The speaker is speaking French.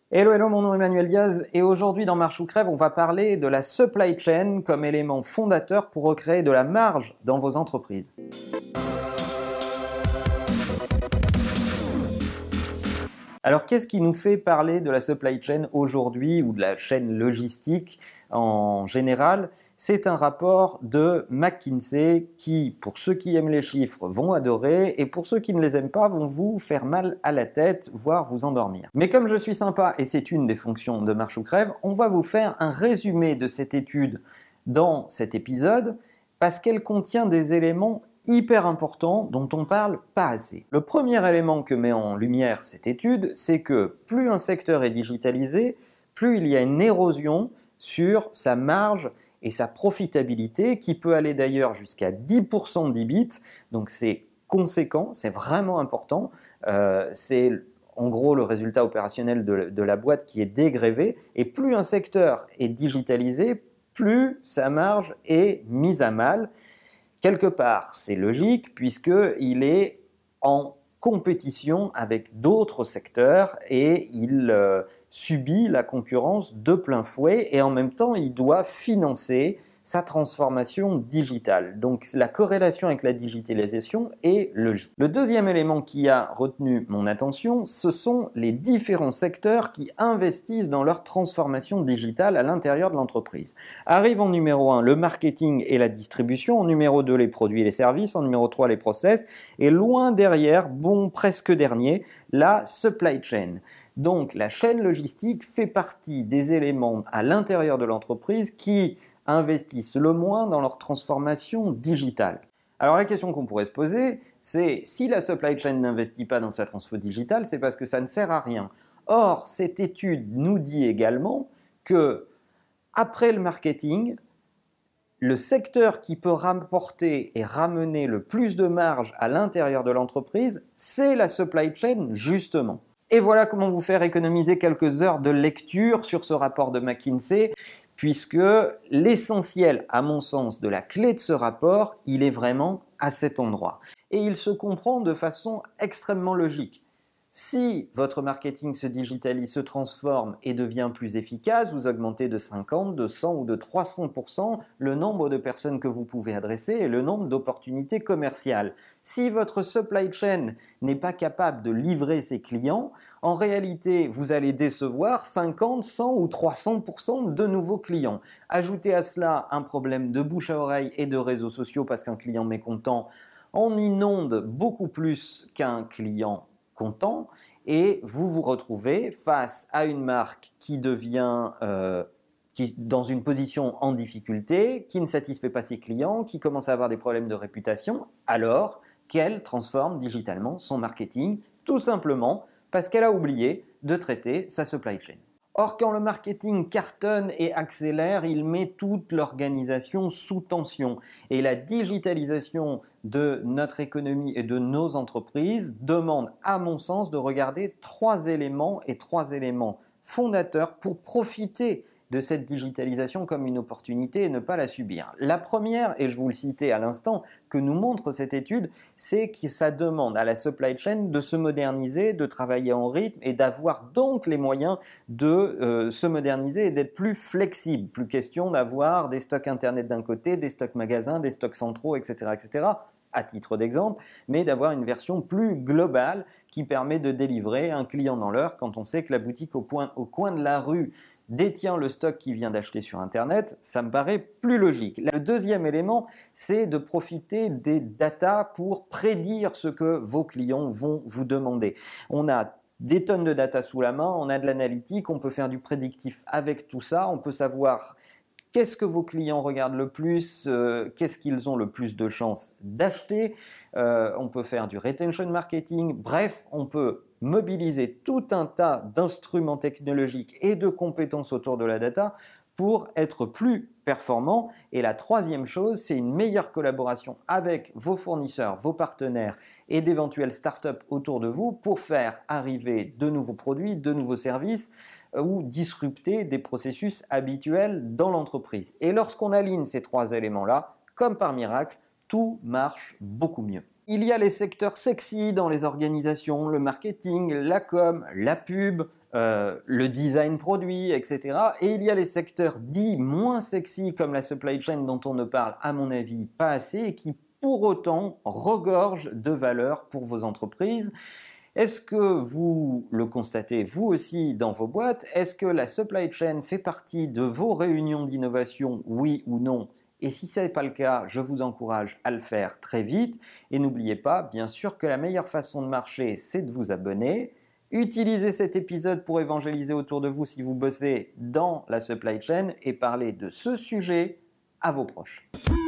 Hello, hello, mon nom est Emmanuel Diaz et aujourd'hui dans Marche ou Crève, on va parler de la supply chain comme élément fondateur pour recréer de la marge dans vos entreprises. Alors, qu'est-ce qui nous fait parler de la supply chain aujourd'hui ou de la chaîne logistique en général? C'est un rapport de McKinsey qui, pour ceux qui aiment les chiffres, vont adorer et pour ceux qui ne les aiment pas, vont vous faire mal à la tête, voire vous endormir. Mais comme je suis sympa et c'est une des fonctions de Marche ou Crève, on va vous faire un résumé de cette étude dans cet épisode parce qu'elle contient des éléments hyper importants dont on parle pas assez. Le premier élément que met en lumière cette étude, c'est que plus un secteur est digitalisé, plus il y a une érosion sur sa marge et sa profitabilité qui peut aller d'ailleurs jusqu'à 10% d'EBIT, donc c'est conséquent, c'est vraiment important, c'est en gros le résultat opérationnel de la boîte qui est dégrévé, et plus un secteur est digitalisé, plus sa marge est mise à mal. Quelque part, c'est logique puisqu'il est en compétition avec d'autres secteurs et il subit la concurrence de plein fouet et en même temps, il doit financer sa transformation digitale. Donc la corrélation avec la digitalisation est logique. Le deuxième élément qui a retenu mon attention, ce sont les différents secteurs qui investissent dans leur transformation digitale à l'intérieur de l'entreprise. Arrive en numéro 1 le marketing et la distribution, en numéro 2 les produits et les services, en numéro 3 les process, et loin derrière, bon presque dernier, la supply chain. Donc la chaîne logistique fait partie des éléments à l'intérieur de l'entreprise qui investissent le moins dans leur transformation digitale. Alors la question qu'on pourrait se poser, c'est si la supply chain n'investit pas dans sa transfo digitale, c'est parce que ça ne sert à rien. Or, cette étude nous dit également que après le marketing, le secteur qui peut rapporter et ramener le plus de marge à l'intérieur de l'entreprise, c'est la supply chain justement. Et voilà comment vous faire économiser quelques heures de lecture sur ce rapport de McKinsey, puisque l'essentiel, à mon sens, de la clé de ce rapport, il est vraiment à cet endroit. Et il se comprend de façon extrêmement logique. Si votre marketing se digitalise, se transforme et devient plus efficace, vous augmentez de 50, de 100 ou de 300% le nombre de personnes que vous pouvez adresser et le nombre d'opportunités commerciales. Si votre supply chain n'est pas capable de livrer ses clients, en réalité, vous allez décevoir 50, 100 ou 300% de nouveaux clients. Ajoutez à cela un problème de bouche à oreille et de réseaux sociaux parce qu'un client mécontent en inonde beaucoup plus qu'un client content et vous vous retrouvez face à une marque qui devient dans une position en difficulté, qui ne satisfait pas ses clients, qui commence à avoir des problèmes de réputation, alors qu'elle transforme digitalement son marketing, tout simplement parce qu'elle a oublié de traiter sa supply chain. Or, quand le marketing cartonne et accélère, il met toute l'organisation sous tension. Et la digitalisation de notre économie et de nos entreprises demande, à mon sens, de regarder trois éléments fondateurs pour profiter de cette digitalisation comme une opportunité et ne pas la subir. La première, et je vous le citais à l'instant, que nous montre cette étude, c'est que ça demande à la supply chain de se moderniser, de travailler en rythme et d'avoir donc les moyens de se moderniser et d'être plus flexible. Plus question d'avoir des stocks internet d'un côté, des stocks magasins, des stocks centraux, etc., etc., à titre d'exemple, mais d'avoir une version plus globale qui permet de délivrer un client dans l'heure quand on sait que la boutique au coin de la rue détient le stock qu'il vient d'acheter sur Internet, ça me paraît plus logique. Le deuxième élément, c'est de profiter des data pour prédire ce que vos clients vont vous demander. On a des tonnes de data sous la main, on a de l'analytique, on peut faire du prédictif avec tout ça, on peut savoir qu'est-ce que vos clients regardent le plus, qu'est-ce qu'ils ont le plus de chances d'acheter, on peut faire du retention marketing, bref, on peut mobiliser tout un tas d'instruments technologiques et de compétences autour de la data pour être plus performant. Et la troisième chose, c'est une meilleure collaboration avec vos fournisseurs, vos partenaires et d'éventuelles startups autour de vous pour faire arriver de nouveaux produits, de nouveaux services ou disrupter des processus habituels dans l'entreprise. Et lorsqu'on aligne ces trois éléments-là, comme par miracle, tout marche beaucoup mieux. Il y a les secteurs sexy dans les organisations, le marketing, la com, la pub, le design produit, etc. Et il y a les secteurs dits moins sexy comme la supply chain dont on ne parle à mon avis pas assez et qui pour autant regorgent de valeur pour vos entreprises. Est-ce que vous le constatez vous aussi dans vos boîtes? Est-ce que la supply chain fait partie de vos réunions d'innovation, oui ou non? Et si ce n'est pas le cas, je vous encourage à le faire très vite. Et n'oubliez pas, bien sûr, que la meilleure façon de marcher, c'est de vous abonner. Utilisez cet épisode pour évangéliser autour de vous si vous bossez dans la supply chain et parler de ce sujet à vos proches.